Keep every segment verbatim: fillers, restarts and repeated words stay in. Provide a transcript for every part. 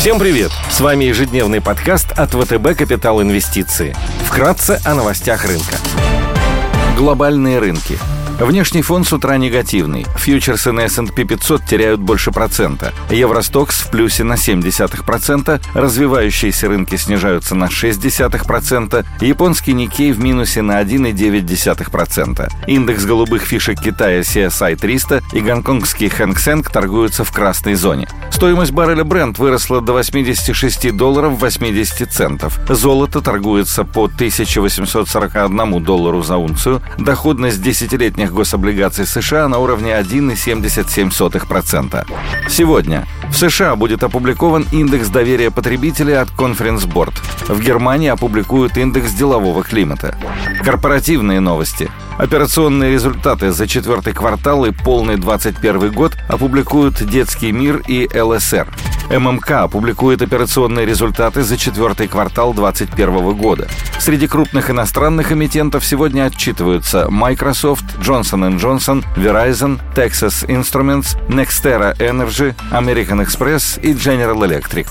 Всем привет! С вами ежедневный подкаст от вэ тэ бэ «Капитал Инвестиции». Вкратце о новостях рынка. Глобальные рынки. Внешний фон с утра негативный. Фьючерсы на эс энд пи пятьсот теряют больше процента. Евростокс в плюсе на семь десятых процента. Развивающиеся рынки снижаются на шесть десятых процента. Японский Никкей в минусе на один целых девять десятых процента. Индекс голубых фишек Китая си эс ай триста и гонконгский Хэнк Сэнк торгуются в красной зоне. Стоимость барреля Brent выросла до восемьдесят шесть долларов восемьдесят центов. Золото торгуется по тысяча восемьсот сорок один доллару за унцию. Доходность десятилетних гособлигаций США на уровне один целых семьдесят семь сотых процента. Сегодня в США будет опубликован индекс доверия потребителей от Conference Board. В Германии опубликуют индекс делового климата. Корпоративные новости. Операционные результаты за четвертый квартал и полный двадцать первый год опубликуют Детский мир и эл эс эр. эм эм ка опубликует операционные результаты за четвертый квартал двадцать первого года. Среди крупных иностранных эмитентов сегодня отчитываются Microsoft, Johnson энд Johnson, Verizon, Texas Instruments, Nextera Energy, American Express и General Electric.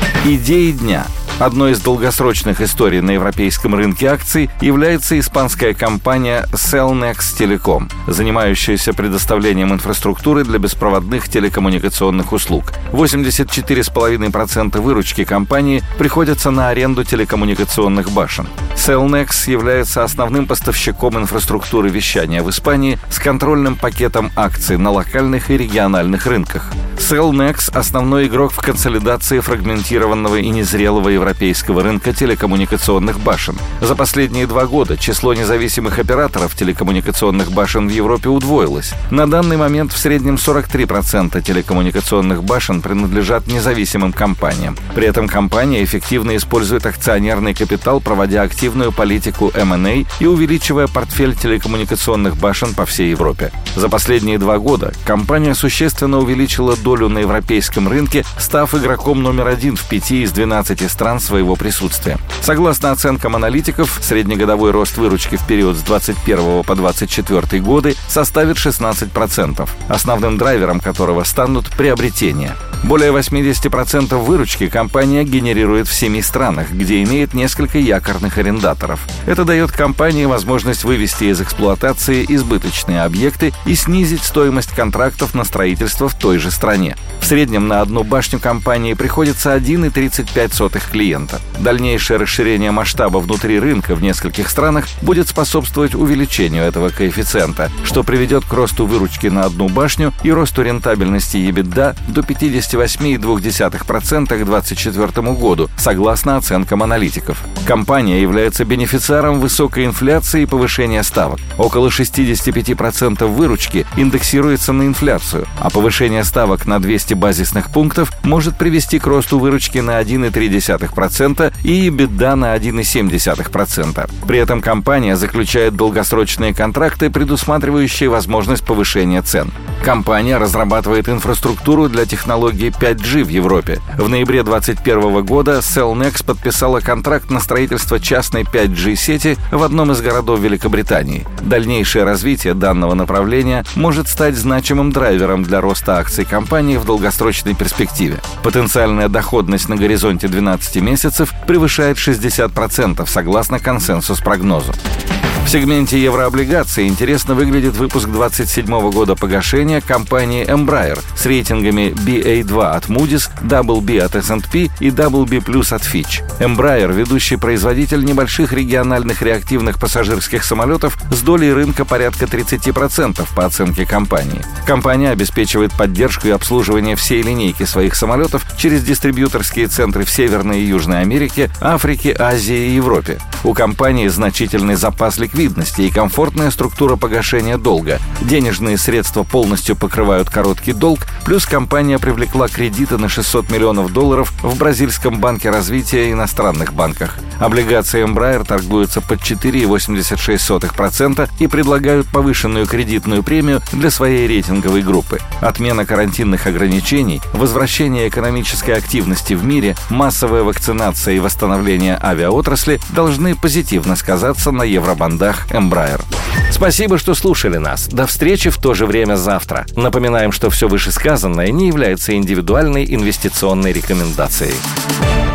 Идеи дня. Одной из долгосрочных историй на европейском рынке акций является испанская компания Cellnex Telecom, занимающаяся предоставлением инфраструктуры для беспроводных телекоммуникационных услуг. восемьдесят четыре целых пять десятых процента выручки компании приходится на аренду телекоммуникационных башен. Cellnex является основным поставщиком инфраструктуры вещания в Испании с контрольным пакетом акций на локальных и региональных рынках. Cellnex – основной игрок в консолидации фрагментированного и незрелого европейского рынка телекоммуникационных башен. За последние два года число независимых операторов телекоммуникационных башен в Европе удвоилось. На данный момент в среднем сорок три процента телекоммуникационных башен принадлежат независимым компаниям. При этом компания эффективно использует акционерный капитал, проводя активную политику эм энд эй и увеличивая портфель телекоммуникационных башен по всей Европе. За последние два года компания существенно увеличила долю на европейском рынке, став игроком номер один в пяти из двенадцати стран своего присутствия. Согласно оценкам аналитиков, среднегодовой рост выручки в период с двадцать первого по двадцать четвёртый годы составит шестнадцать процентов, основным драйвером которого станут приобретения. Более восемьдесят процентов выручки компания генерирует в семи странах, где имеет несколько якорных арендаторов. Это дает компании возможность вывести из эксплуатации избыточные объекты и снизить стоимость контрактов на строительство в той же стране. В среднем на одну башню компании приходится один целых тридцать пять сотых клиента. Дальнейшее расширение масштаба внутри рынка в нескольких странах будет способствовать увеличению этого коэффициента, что приведет к росту выручки на одну башню и росту рентабельности EBITDA до пятьдесят восемь целых две десятых процента к две тысячи двадцать четвёртому году, согласно оценкам аналитиков. Компания является бенефициаром высокой инфляции и повышения ставок. Около шестьдесят пять процентов выручки индексируется на инфляцию, а повышение ставок на двести базисных пунктов может привести к росту выручки на один целых три десятых процента и EBITDA на один целых семь десятых процента. При этом компания заключает долгосрочные контракты, предусматривающие возможность повышения цен. Компания разрабатывает инфраструктуру для технологии пять джи в Европе. В ноябре две тысячи двадцать первого года Cellnex подписала контракт на строительство частной пять джи сети в одном из городов Великобритании. Дальнейшее развитие данного направления может стать значимым драйвером для роста акций компании в долгосрочной перспективе. Потенциальная доходность на горизонте двенадцати месяцев превышает шестьдесят процентов, согласно консенсус-прогнозу. В сегменте еврооблигаций интересно выглядит выпуск двадцать седьмого года погашения компании Embraer с рейтингами би эй два от Moody's, дабл ю би от эс энд пи и дабл ю би плюс от Fitch. Embraer – ведущий производитель небольших региональных реактивных пассажирских самолетов с долей рынка порядка тридцать процентов по оценке компании. Компания обеспечивает поддержку и обслуживание всей линейки своих самолетов через дистрибьюторские центры в Северной и Южной Америке, Африке, Азии и Европе. У компании значительный запас ликвидности и комфортная структура погашения долга. Денежные средства полностью покрывают короткий долг, плюс компания привлекла кредиты на шестьсот миллионов долларов в Бразильском банке развития и иностранных банках. Облигации Embraer торгуются под четыре целых восемьдесят шесть сотых процента и предлагают повышенную кредитную премию для своей рейтинговой группы. Отмена карантинных ограничений, возвращение экономической активности в мире, массовая вакцинация и восстановление авиаотрасли должны позитивно сказаться на евробанде рядах Embraer. Спасибо, что слушали нас. До встречи в то же время завтра. Напоминаем, что все вышесказанное не является индивидуальной инвестиционной рекомендацией.